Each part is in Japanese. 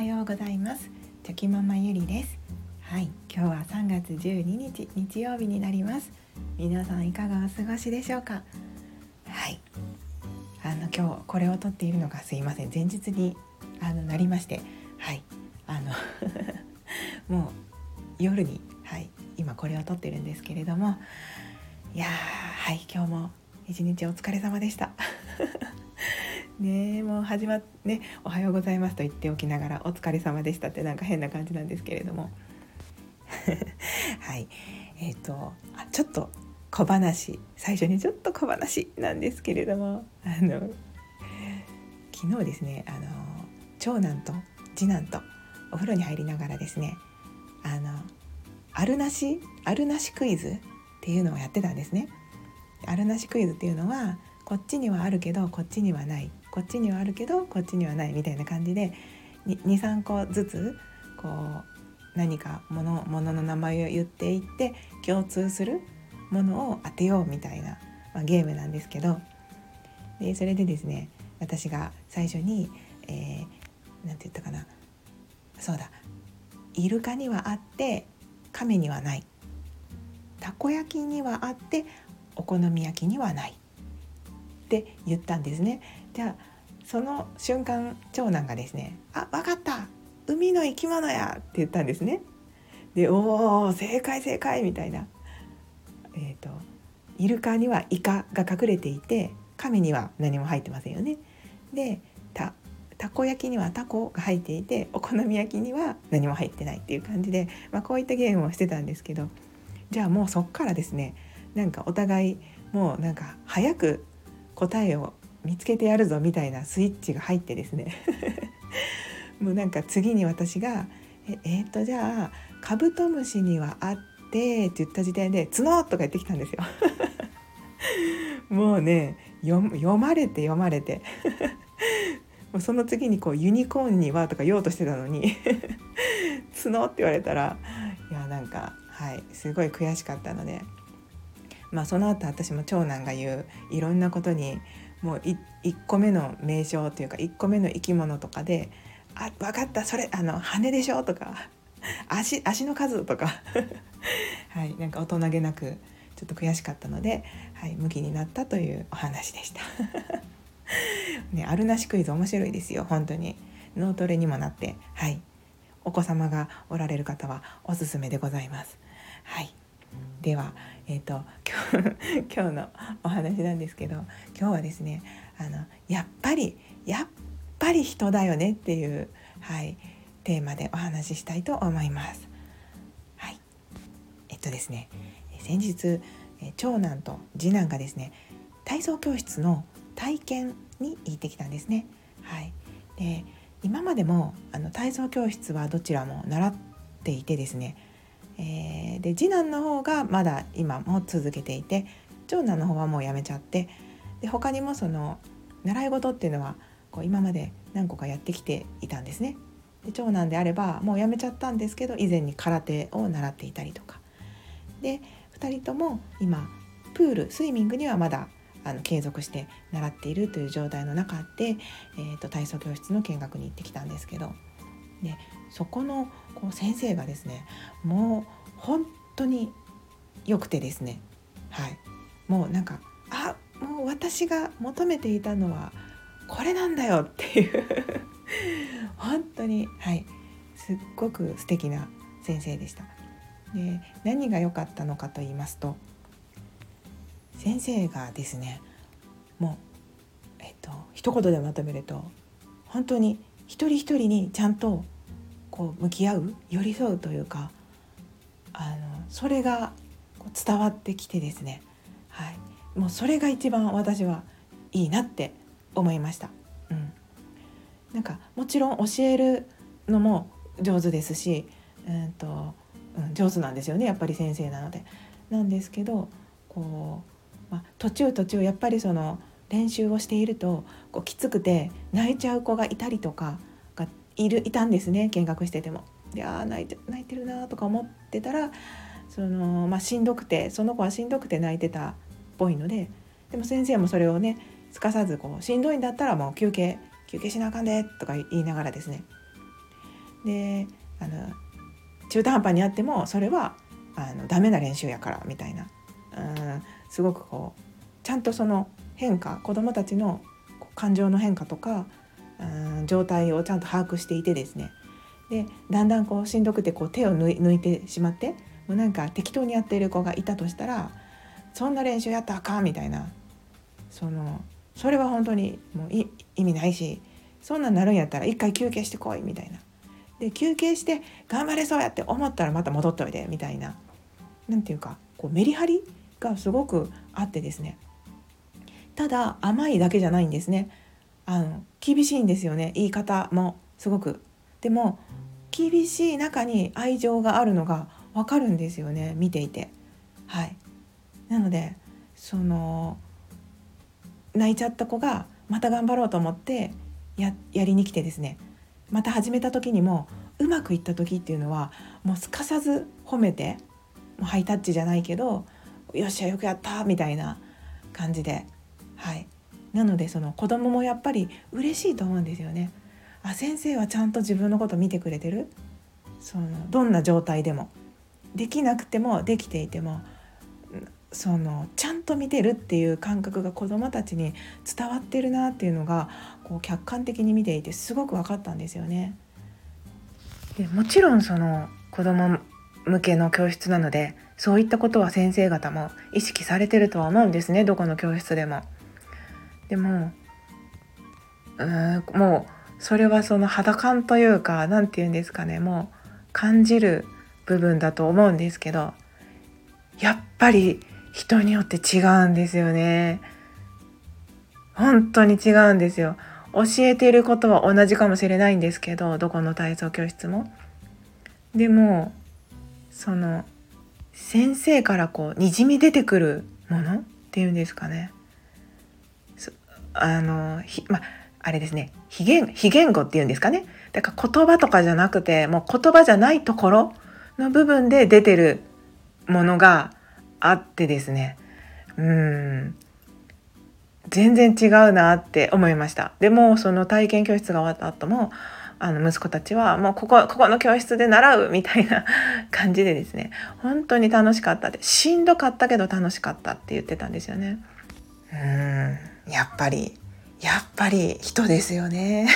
ようございます。チョキママゆりです。はい、今日は3月12日日曜日になります。皆さんいかがお過ごしでしょうか。はい、今日これを撮っているのがすいません、前日になりまして、はい、もう夜に、はい、今これを撮ってるんですけれども、いやはい、今日も一日お疲れ様でしたね、もう始まってね、おはようございますと言っておきながらお疲れ様でしたってなんか変な感じなんですけれどもはい、ちょっと小話、最初にちょっと小話なんですけれども、昨日ですね、長男と次男とお風呂に入りながらですね、あるなしクイズっていうのをやってたんですね。あるなしクイズっていうのは、こっちにはあるけどこっちにはない、こっちにはあるけどこっちにはないみたいな感じで 2,3 個ずつこう何かものの名前を言っていって共通するものを当てようみたいな、ゲームなんですけど、でそれでですね、私が最初に、なんて言ったかな、そうだ、イルカにはあって亀にはない、たこ焼きにはあってお好み焼きにはないって言ったんですね。じゃあその瞬間、長男がですね、わかった、海の生き物やって言ったんですね。で、おー、正解みたいな。イルカにはイカが隠れていて、亀には何も入ってませんよね。で、たこ焼きにはタコが入っていて、お好み焼きには何も入ってないっていう感じで、こういったゲームをしてたんですけど、じゃあもうそっからですね、なんかお互いもうなんか早く答えを見つけてやるぞみたいなスイッチが入ってですねもうなんか次に私がじゃあカブトムシにはあってって言った時点で角とか言ってきたんですよもうね、読まれてもうその次にこうユニコーンにはとか言おうとしてたのに角って言われたら、いやなんか、はい、すごい悔しかったので、その後私も長男が言ういろんなことにもう1個目の名称というか1個目の生き物とかで、分かった、それ羽でしょとか足の数とかはい、なんか大人げなくちょっと悔しかったので、はい、向きになったというお話でしたね、あるなしクイズ面白いですよ、本当に脳トレにもなって、はい、お子様がおられる方はおすすめでございます。はい、では、今日のお話なんですけど、今日はですね、やっぱり人だよねっていう、はい、テーマでお話ししたいと思います。はい、ですね、先日長男と次男がですね、体操教室の体験に行ってきたんですね。はい、で今までも体操教室はどちらも習っていてですね、で次男の方がまだ今も続けていて、長男の方はもうやめちゃって、で他にもその習い事っていうのはこう今まで何個かやってきていたんですね。で長男であればもうやめちゃったんですけど、以前に空手を習っていたりとかで、2人とも今プール、スイミングにはまだ継続して習っているという状態の中で、体操教室の見学に行ってきたんですけど、でそこの先生がですね、もう本当に良くてですね、はい、もうなんかもう私が求めていたのはこれなんだよっていう本当に、はい、すっごく素敵な先生でした。で何が良かったのかと言いますと、先生がですね、もう、一言でまとめると、本当に一人一人にちゃんとこう向き合う、寄り添うというか、それが伝わってきてですね、はい、もうそれが一番私はいいなって思いました。なんかもちろん教えるのも上手ですし、上手なんですよね、やっぱり先生なので。なんですけど、途中やっぱりその練習をしているときつくて泣いちゃう子がいたりとかがいたんですね、見学してても。で泣いてるなとか思ってたら、しんどくて、その子はしんどくて泣いてたっぽいので、でも先生もそれをね、すかさずしんどいんだったらもう休憩しなあかんでとか言いながらですね、 で中途半端にやってもそれはダメな練習やからみたいな、すごくこうちゃんとその変化、子どもたちの感情の変化とか、状態をちゃんと把握していてですね、でだんだんこうしんどくてこう手を抜いてしまって、もうなんか適当にやっている子がいたとしたら、そんな練習やったらあかんみたいな、それは本当にもう意味ないし、そんなんなるんやったら一回休憩してこいみたいな、で休憩して頑張れそうやって思ったらまた戻っといでみたいな、なんていうかこうメリハリがすごくあってですね、ただ甘いだけじゃないんですね。厳しいんですよね、言い方もすごく。でも厳しい中に愛情があるのがわかるんですよね、見ていて。はい。なので泣いちゃった子がまた頑張ろうと思ってやりに来てですね、また始めた時にもうまくいった時っていうのはもうすかさず褒めて、もうハイタッチじゃないけどよっしゃよくやったみたいな感じで、はい。なのでその子供もやっぱり嬉しいと思うんですよね。先生はちゃんと自分のこと見てくれてる、どんな状態でも、できなくてもできていてもちゃんと見てるっていう感覚が子どもたちに伝わってるなっていうのがこう客観的に見ていてすごく分かったんですよね。でもちろん子ども向けの教室なので、そういったことは先生方も意識されてるとは思うんですね、どこの教室でも。でももうそれは肌感というか、なんていうんですかね、もう感じる部分だと思うんですけど、やっぱり人によって違うんですよね。本当に違うんですよ。教えていることは同じかもしれないんですけど、どこの体操教室も。でも先生からこうにじみ出てくるものっていうんですかね。あれですね、非言語っていうんですかね。だから言葉とかじゃなくて、もう言葉じゃないところの部分で出てるものがあってですね、全然違うなって思いました。でもその体験教室が終わった後も息子たちはもうここの教室で習うみたいな感じでですね、本当に楽しかったって、しんどかったけど楽しかったって言ってたんですよね。やっぱり人ですよね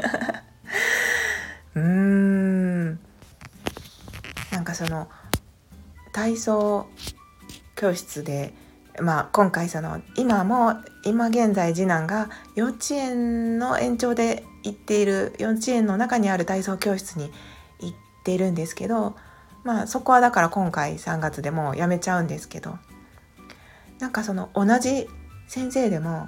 なんか体操教室で、今回今現在次男が幼稚園の延長で行っている幼稚園の中にある体操教室に行っているんですけど、そこはだから今回3月でもう辞めちゃうんですけど、なんか同じ先生でも、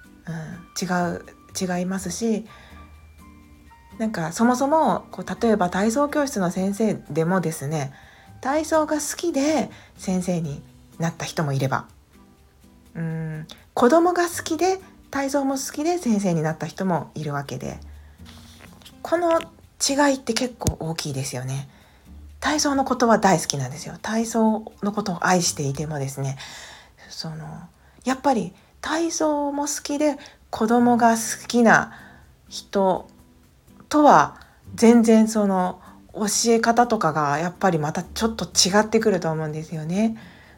違いますし、なんかそもそも例えば体操教室の先生でもですね、体操が好きで先生になった人もいれば、子供が好きで体操も好きで先生になった人もいるわけで、この違いって結構大きいですよね。体操のことは大好きなんですよ。体操のことを愛していてもですね、やっぱり体操も好きで子供が好きな人とは全然教え方とかがやっぱりまたちょっと違ってくると思うんですよね。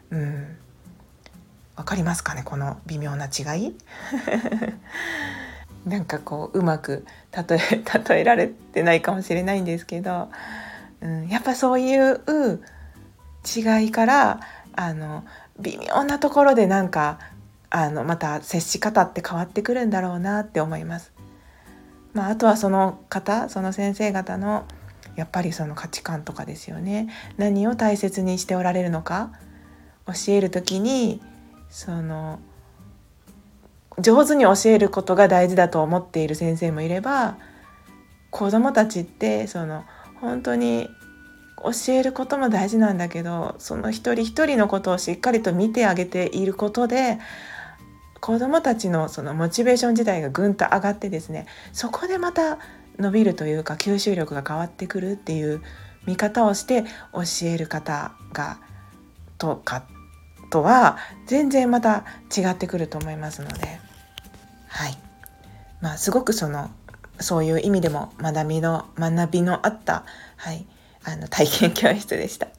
わかりますかね、この微妙な違いなんかうまく例えられてないかもしれないんですけど、やっぱそういう違いから微妙なところでなんかまた接し方って変わってくるんだろうなって思います。あとはその先生方のやっぱり価値観とかですよね。何を大切にしておられるのか、教える時に上手に教えることが大事だと思っている先生もいれば、子どもたちって本当に教えることも大事なんだけど、その一人一人のことをしっかりと見てあげていることで、子どもたちのモチベーション自体がぐんと上がってですね、そこでまた伸びるというか吸収力が変わってくるっていう見方をして教える方がとは全然また違ってくると思いますので、はい。すごくそそういう意味でも学びのあった、はい、体験教室でした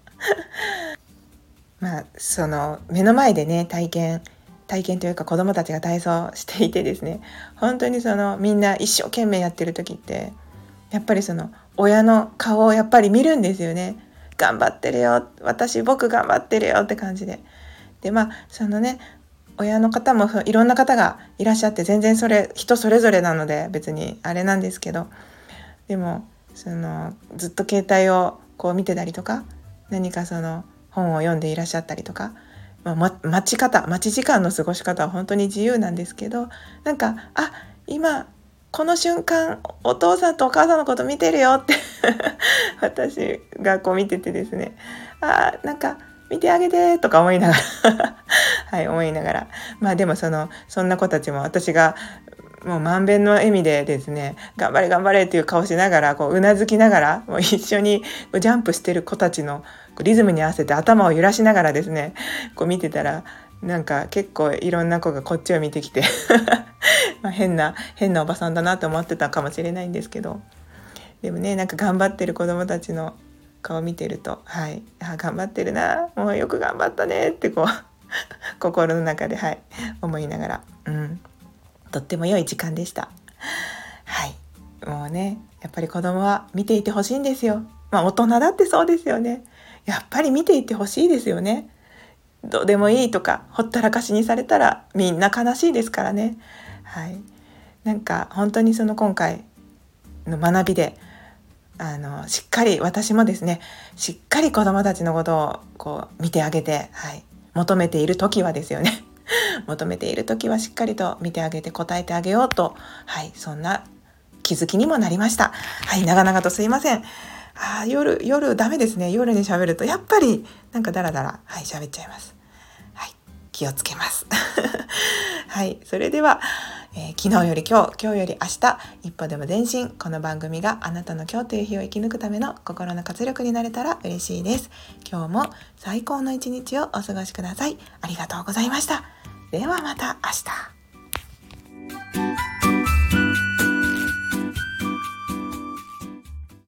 その目の前でね体験というか子どもたちが体操していてですね、本当にみんな一生懸命やってる時ってやっぱり親の顔をやっぱり見るんですよね。頑張ってるよ、僕頑張ってるよって感じで。で親の方もいろんな方がいらっしゃって、全然人それぞれなので別にあれなんですけど、でもずっと携帯をこう見てたりとか、何か本を読んでいらっしゃったりとか、待ち時間の過ごし方は本当に自由なんですけど、今この瞬間お父さんとお母さんのこと見てるよって私がこう見ててですね、見てあげてとか思いながらはい思いながら、でもそんな子たちも私がもう満遍の笑みでですね、頑張れ頑張れっていう顔しながら、こううなずきながら、もう一緒にジャンプしてる子たちのリズムに合わせて頭を揺らしながらですね、こう見てたら、結構いろんな子がこっちを見てきて変なおばさんだなと思ってたかもしれないんですけど、でもね、頑張ってる子どもたちの顔見てると、頑張ってるな、もうよく頑張ったねってこう心の中で思いながら、とっても良い時間でした。もうね、やっぱり子供は見ていてほしいんですよ。大人だってそうですよね。やっぱり見ていてほしいですよね。どうでもいいとかほったらかしにされたらみんな悲しいですからね。本当に今回の学びでしっかり私もですね、しっかり子どもたちのことをこう見てあげて、求めている時はですよね求めている時はしっかりと見てあげて答えてあげようと、そんな気づきにもなりました。長々とすいません。夜ダメですね。夜に喋るとやっぱりダラダラ喋っちゃいます。気をつけますそれでは、昨日より今日より明日、一歩でも前進。この番組があなたの今日という日を生き抜くための心の活力になれたら嬉しいです。今日も最高の一日をお過ごしください。ありがとうございました。ではまた明日。